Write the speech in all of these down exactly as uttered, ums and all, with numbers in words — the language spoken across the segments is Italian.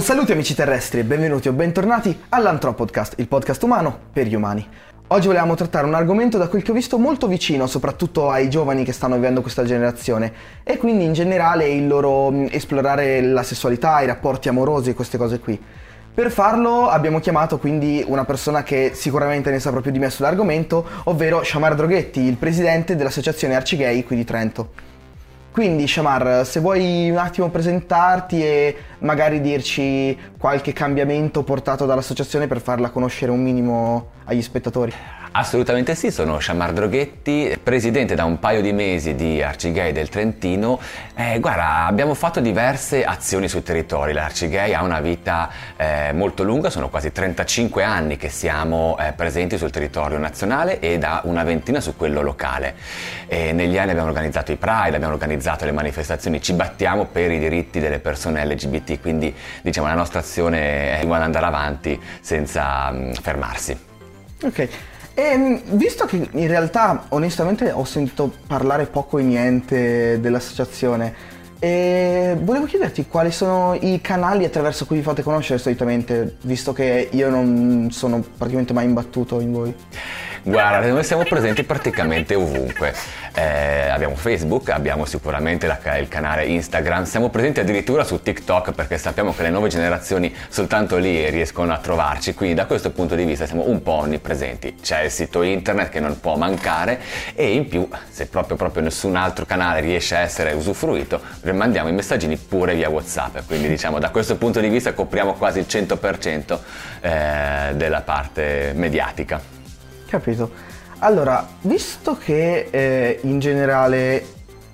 Saluti amici terrestri e benvenuti o bentornati all'Antropodcast, il podcast umano per gli umani. Oggi volevamo trattare un argomento da quel che ho visto molto vicino, soprattutto ai giovani che stanno vivendo questa generazione, e quindi in generale il loro mh, esplorare la sessualità, i rapporti amorosi e queste cose qui. Per farlo abbiamo chiamato quindi una persona che sicuramente ne sa proprio di me sull'argomento, ovvero Shamar Droghetti, il presidente dell'associazione Arcigay qui di Trento. Quindi Shamar, se vuoi un attimo presentarti e magari dirci qualche cambiamento portato dall'associazione per farla conoscere un minimo agli spettatori. Assolutamente sì, sono Shamar Droghetti, presidente da un paio di mesi di Arcigay del Trentino. Eh, guarda, abbiamo fatto diverse azioni sui territori. L'Arcigay ha una vita eh, molto lunga, sono quasi trentacinque anni che siamo eh, presenti sul territorio nazionale e da una ventina su quello locale. E negli anni abbiamo organizzato i Pride, abbiamo organizzato le manifestazioni, ci battiamo per i diritti delle persone L G B T, quindi diciamo la nostra azione è uguale ad andare avanti senza mh, fermarsi. Ok. E visto che in realtà onestamente ho sentito parlare poco e niente dell'associazione, e volevo chiederti quali sono i canali attraverso cui vi fate conoscere solitamente, visto che io non sono praticamente mai imbattuto in voi. Guarda, noi siamo presenti praticamente ovunque. Eh, abbiamo Facebook, abbiamo sicuramente la, il canale Instagram, siamo presenti addirittura su TikTok perché sappiamo che le nuove generazioni soltanto lì riescono a trovarci, quindi da questo punto di vista siamo un po' onnipresenti. C'è il sito internet che non può mancare e in più, se proprio, proprio nessun altro canale riesce a essere usufruito, mandiamo i messaggini pure via WhatsApp, quindi diciamo da questo punto di vista copriamo quasi il cento per cento eh, della parte mediatica. Capito. Allora, visto che eh, in generale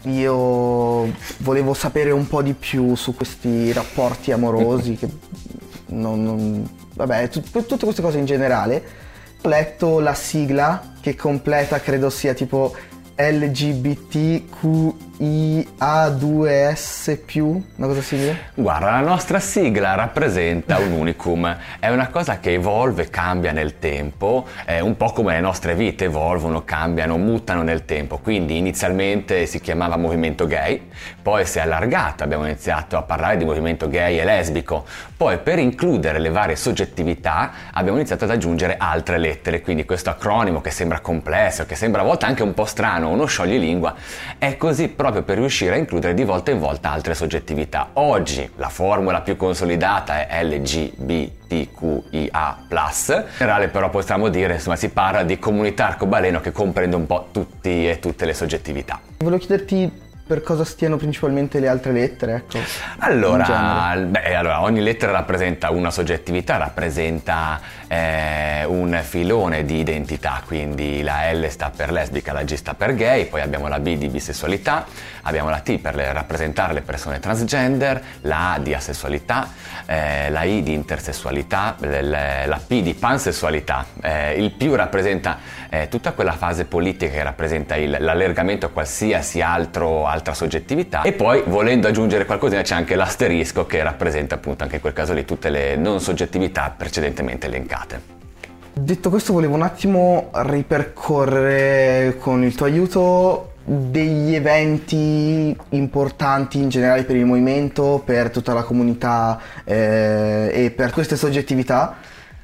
io volevo sapere un po' di più su questi rapporti amorosi, che non, non vabbè, tut- tutte queste cose in generale, ho letto la sigla che completa, credo sia tipo L G B T Q I A due S più, una cosa simile? Guarda, la nostra sigla rappresenta un unicum, è una cosa che evolve, cambia nel tempo, è un po' come le nostre vite evolvono, cambiano, mutano nel tempo, quindi inizialmente si chiamava movimento gay, poi si è allargata, abbiamo iniziato a parlare di movimento gay e lesbico, poi per includere le varie soggettività abbiamo iniziato ad aggiungere altre lettere, quindi questo acronimo che sembra complesso, che sembra a volte anche un po' strano, uno scioglilingua, è così proprio per riuscire a includere di volta in volta altre soggettività. Oggi la formula più consolidata è L G B T Q I A plus. In generale però possiamo dire, insomma, si parla di comunità arcobaleno che comprende un po' tutti e tutte le soggettività. Volevo chiederti per cosa stiano principalmente le altre lettere, ecco. Allora, beh, allora ogni lettera rappresenta una soggettività, rappresenta eh, un filone di identità, quindi la L sta per lesbica, la G sta per gay, poi abbiamo la B di bisessualità, abbiamo la T per le, rappresentare le persone transgender, la A di asessualità, eh, la I di intersessualità, le, le, la P di pansessualità, eh, il più rappresenta eh, tutta quella fase politica che rappresenta il, l'allargamento a qualsiasi altro altra soggettività, e poi volendo aggiungere qualcosina c'è anche l'asterisco che rappresenta appunto anche in quel caso lì tutte le non soggettività precedentemente elencate. Detto questo, volevo un attimo ripercorrere con il tuo aiuto degli eventi importanti in generale per il movimento, per tutta la comunità eh, e per queste soggettività.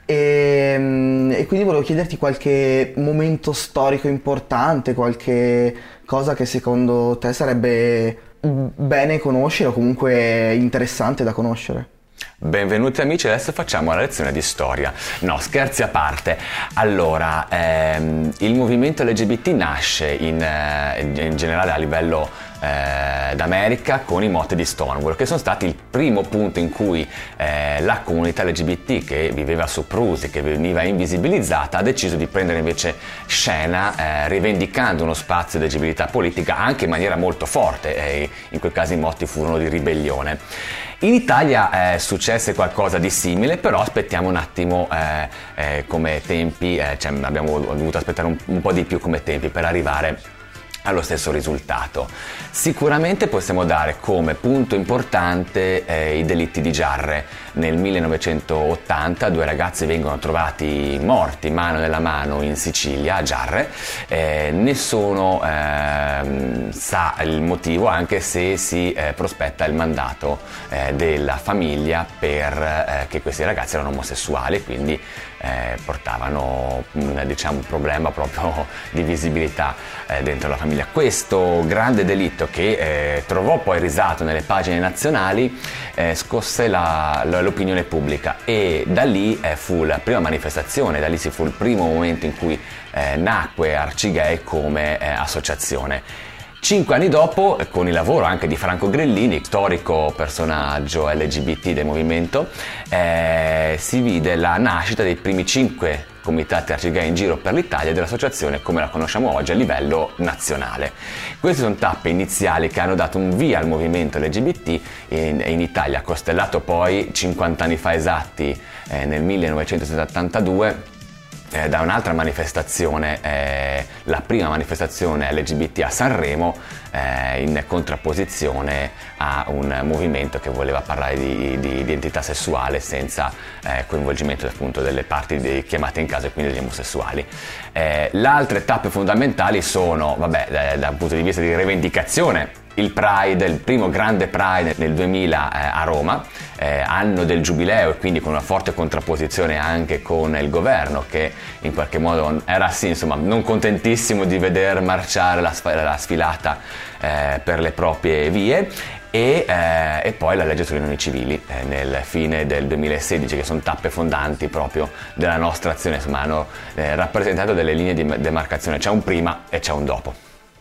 E, e quindi volevo chiederti qualche momento storico importante, qualche cosa che secondo te sarebbe bene conoscere o comunque interessante da conoscere. Benvenuti amici, adesso facciamo la lezione di storia. No, scherzi a parte. Allora, ehm, il movimento L G B T nasce in, eh, in generale a livello eh, d'America con i motti di Stonewall, che sono stati il primo punto in cui eh, la comunità L G B T che viveva soprusi, che veniva invisibilizzata, ha deciso di prendere invece scena, eh, rivendicando uno spazio di agibilità politica anche in maniera molto forte, e in quel caso i motti furono di ribellione. In Italia è successo qualcosa di simile, però aspettiamo un attimo eh, eh, come tempi, eh, cioè abbiamo dovuto aspettare un, un po' di più come tempi per arrivare allo stesso risultato. Sicuramente possiamo dare come punto importante eh, i delitti di Giarre. Nel millenovecentottanta due ragazzi vengono trovati morti mano nella mano in Sicilia, a Giarre. Eh, nessuno eh, sa il motivo, anche se si eh, prospetta il mandato eh, della famiglia per eh, che questi ragazzi erano omosessuali, quindi eh, portavano un, diciamo, un problema proprio di visibilità eh, dentro la famiglia. Questo grande delitto, che eh, trovò poi risalto nelle pagine nazionali, eh, scosse la, la, l'opinione pubblica, e da lì eh, fu la prima manifestazione, da lì si fu il primo momento in cui eh, nacque Arcigay come eh, associazione. Cinque anni dopo, con il lavoro anche di Franco Grellini, storico personaggio L G B T del movimento, eh, si vide la nascita dei primi cinque comitati Arcigay in giro per l'Italia e dell'associazione come la conosciamo oggi a livello nazionale. Queste sono tappe iniziali che hanno dato un via al movimento L G B T in, in Italia, costellato poi cinquanta anni fa esatti, eh, nel millenovecentosettantadue, Eh, da un'altra manifestazione, eh, la prima manifestazione L G B T a Sanremo, eh, in contrapposizione a un movimento che voleva parlare di, di identità sessuale senza eh, coinvolgimento appunto delle parti dei, chiamate in causa, e quindi degli omosessuali. Eh, le altre tappe fondamentali sono, vabbè, da, da un punto di vista di rivendicazione, il Pride, il primo grande Pride nel duemila eh, a Roma, eh, anno del giubileo, e quindi con una forte contrapposizione anche con il governo, che in qualche modo era sì, insomma, non contentissimo di veder marciare la, la sfilata eh, per le proprie vie. E, eh, e poi la legge sulle unioni civili eh, nel fine del duemilasedici, che sono tappe fondanti proprio della nostra azione, insomma hanno eh, rappresentato delle linee di demarcazione, c'è un prima e c'è un dopo.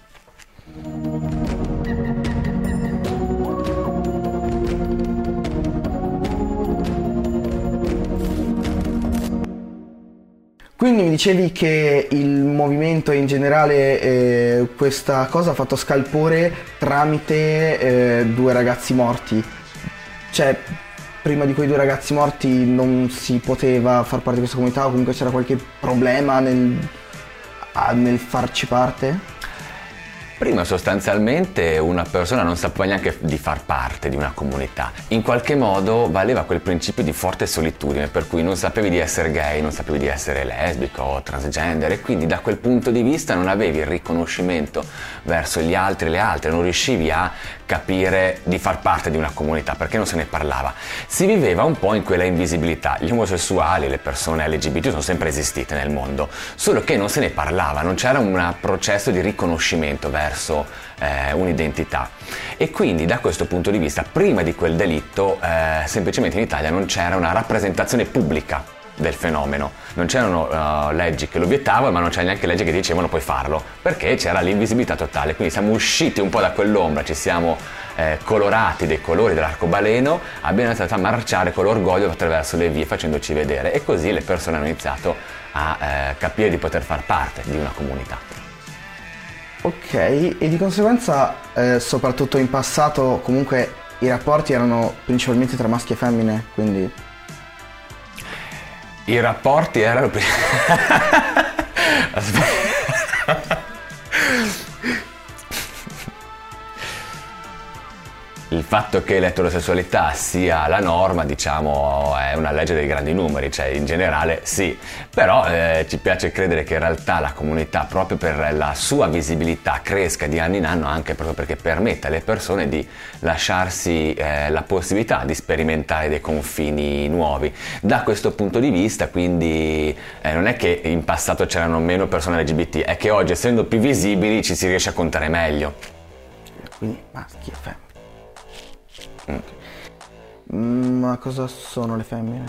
Quindi mi dicevi che il movimento in generale, eh, questa cosa ha fatto scalpore tramite eh, due ragazzi morti. Cioè, prima di quei due ragazzi morti non si poteva far parte di questa comunità, o comunque c'era qualche problema nel, nel farci parte? Prima sostanzialmente una persona non sapeva neanche di far parte di una comunità. In qualche modo valeva quel principio di forte solitudine, per cui non sapevi di essere gay, non sapevi di essere lesbico o transgender, e quindi da quel punto di vista non avevi il riconoscimento verso gli altri e le altre, non riuscivi a capire di far parte di una comunità perché non se ne parlava. Si viveva un po' in quella invisibilità. Gli omosessuali, le persone L G B T sono sempre esistite nel mondo, solo che non se ne parlava, non c'era un processo di riconoscimento verso eh, un'identità, e quindi da questo punto di vista prima di quel delitto eh, semplicemente in Italia non c'era una rappresentazione pubblica del fenomeno, non c'erano uh, leggi che lo vietavano, ma non c'era neanche leggi che dicevano puoi farlo, perché c'era l'invisibilità totale. Quindi siamo usciti un po' da quell'ombra, ci siamo eh, colorati dei colori dell'arcobaleno, abbiamo iniziato a marciare con l'orgoglio attraverso le vie facendoci vedere, e così le persone hanno iniziato a eh, capire di poter far parte di una comunità. Ok, e di conseguenza eh, soprattutto in passato comunque i rapporti erano principalmente tra maschi e femmine, quindi... I rapporti erano... Il fatto che l'eterosessualità sia la norma, diciamo, è una legge dei grandi numeri, cioè in generale sì, però eh, ci piace credere che in realtà la comunità, proprio per la sua visibilità, cresca di anno in anno, anche proprio perché permette alle persone di lasciarsi eh, la possibilità di sperimentare dei confini nuovi. Da questo punto di vista, quindi, eh, non è che in passato c'erano meno persone L G B T, è che oggi, essendo più visibili, ci si riesce a contare meglio. Quindi maschi e femmine. Mm. Ma cosa sono le femmine?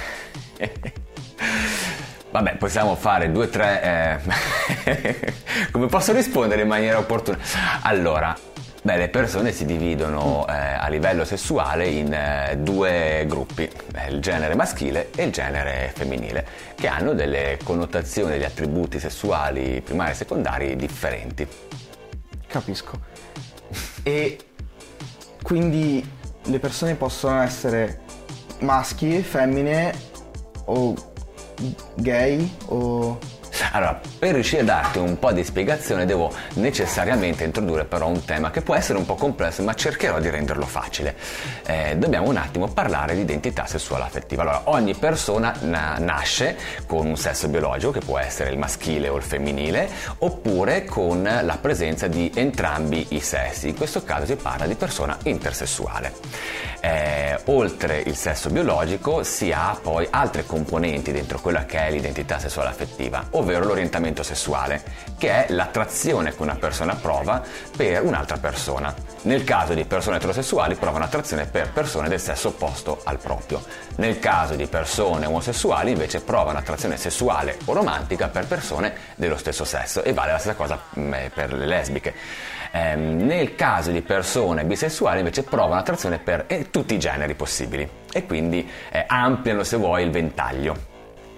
Vabbè, possiamo fare due o tre... Eh... Come posso rispondere in maniera opportuna? Allora, beh, le persone si dividono eh, a livello sessuale in eh, due gruppi, eh, il genere maschile e il genere femminile, che hanno delle connotazioni, degli attributi sessuali primari e secondari differenti. Capisco. E quindi le persone possono essere maschi, femmine o gay o... Allora, per riuscire a darti un po' di spiegazione devo necessariamente introdurre però un tema che può essere un po' complesso, ma cercherò di renderlo facile. Eh, dobbiamo un attimo parlare di identità sessuale affettiva. Allora, ogni persona na- nasce con un sesso biologico, che può essere il maschile o il femminile, oppure con la presenza di entrambi i sessi. In questo caso si parla di persona intersessuale. Eh, oltre il sesso biologico si ha poi altre componenti dentro quella che è l'identità sessuale affettiva, ovvero l'orientamento sessuale, che è l'attrazione che una persona prova per un'altra persona. Nel caso di persone eterosessuali provano attrazione per persone del sesso opposto al proprio. Nel caso di persone omosessuali invece provano attrazione sessuale o romantica per persone dello stesso sesso, e vale la stessa cosa per le lesbiche. Eh, nel caso di persone bisessuali invece provano attrazione per eh, tutti i generi possibili, e quindi eh, ampliano, se vuoi, il ventaglio.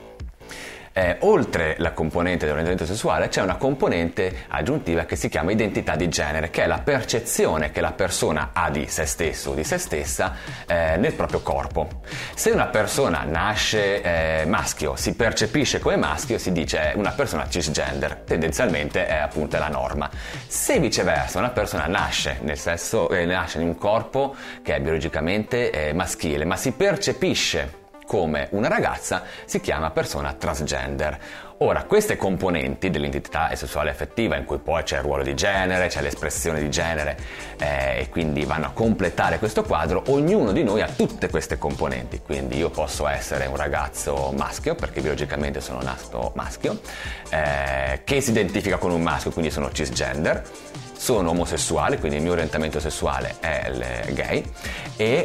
Eh, oltre la componente dell'orientamento sessuale c'è una componente aggiuntiva che si chiama identità di genere, che è la percezione che la persona ha di se stesso o di se stessa eh, nel proprio corpo. Se una persona nasce eh, maschio, si percepisce come maschio, si dice è una persona cisgender, tendenzialmente è appunto la norma. Se viceversa una persona nasce nel sesso, eh, nasce in un corpo che è biologicamente eh, maschile, ma si percepisce come una ragazza, si chiama persona transgender. Ora, queste componenti dell'identità sessuale affettiva, in cui poi c'è il ruolo di genere, c'è l'espressione di genere eh, e quindi vanno a completare questo quadro, ognuno di noi ha tutte queste componenti. Quindi io posso essere un ragazzo maschio, perché biologicamente sono nato maschio, eh, che si identifica con un maschio, quindi sono cisgender. Sono omosessuale, quindi il mio orientamento sessuale è il gay, e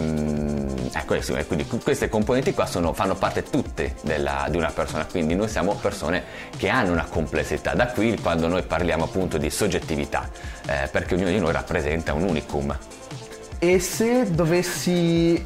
ehm, ecco, quindi queste componenti qua sono, fanno parte tutte della, di una persona, quindi noi siamo persone che hanno una complessità. Da qui quando noi parliamo appunto di soggettività, eh, perché ognuno di noi rappresenta un unicum. E se dovessi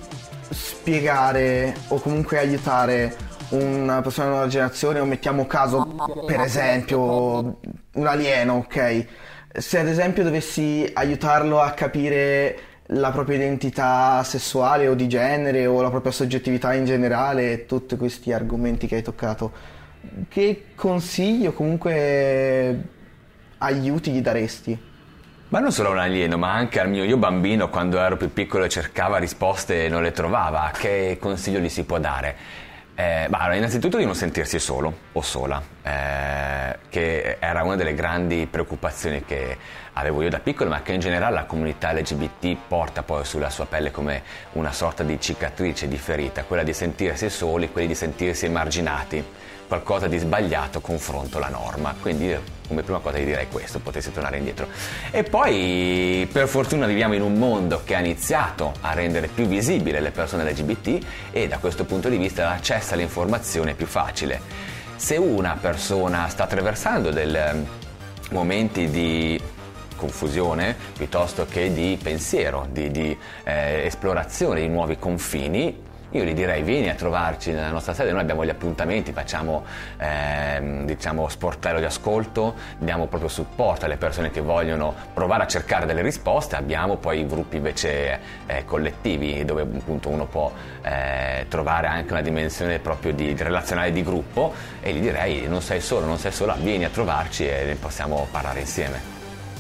spiegare o comunque aiutare una persona di nuova generazione, o mettiamo caso per esempio un alieno, ok? Se ad esempio dovessi aiutarlo a capire la propria identità sessuale o di genere, o la propria soggettività in generale, tutti questi argomenti che hai toccato, che consigli o comunque aiuti gli daresti? Ma non solo a un alieno, ma anche al mio io bambino, quando ero più piccolo e cercava risposte e non le trovava. Che consiglio gli si può dare? Eh, bah, allora, innanzitutto di non sentirsi solo o sola, eh, che era una delle grandi preoccupazioni che avevo io da piccolo, ma che in generale la comunità L G B T porta poi sulla sua pelle come una sorta di cicatrice, di ferita, quella di sentirsi soli, quelli di sentirsi emarginati, qualcosa di sbagliato confronto alla norma. Quindi io, come prima cosa, gli direi questo, potessi tornare indietro. E poi per fortuna viviamo in un mondo che ha iniziato a rendere più visibile le persone L G B T, e da questo punto di vista l'accesso all'informazione è più facile. Se una persona sta attraversando dei momenti di confusione piuttosto che di pensiero, di, di eh, esplorazione di nuovi confini, io gli direi: vieni a trovarci nella nostra sede, noi abbiamo gli appuntamenti, facciamo ehm, diciamo sportello di ascolto, diamo proprio supporto alle persone che vogliono provare a cercare delle risposte. Abbiamo poi gruppi invece eh, collettivi, dove appunto uno può eh, trovare anche una dimensione proprio di, di relazionale di gruppo, e gli direi: non sei solo, non sei sola, vieni a trovarci e ne possiamo parlare insieme.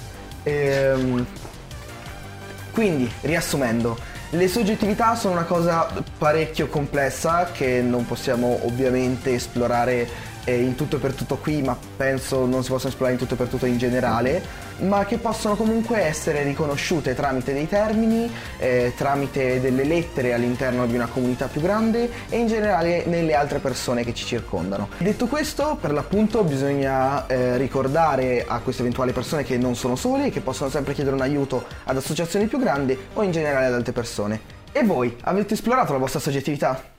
Ehm, quindi, riassumendo, le soggettività sono una cosa parecchio complessa che non possiamo ovviamente esplorare eh, in tutto e per tutto qui, ma penso non si possano esplorare in tutto e per tutto in generale, ma che possono comunque essere riconosciute tramite dei termini, eh, tramite delle lettere all'interno di una comunità più grande e in generale nelle altre persone che ci circondano. Detto questo, per l'appunto bisogna eh, ricordare a queste eventuali persone che non sono sole e che possono sempre chiedere un aiuto ad associazioni più grandi o in generale ad altre persone. E voi, avete esplorato la vostra soggettività?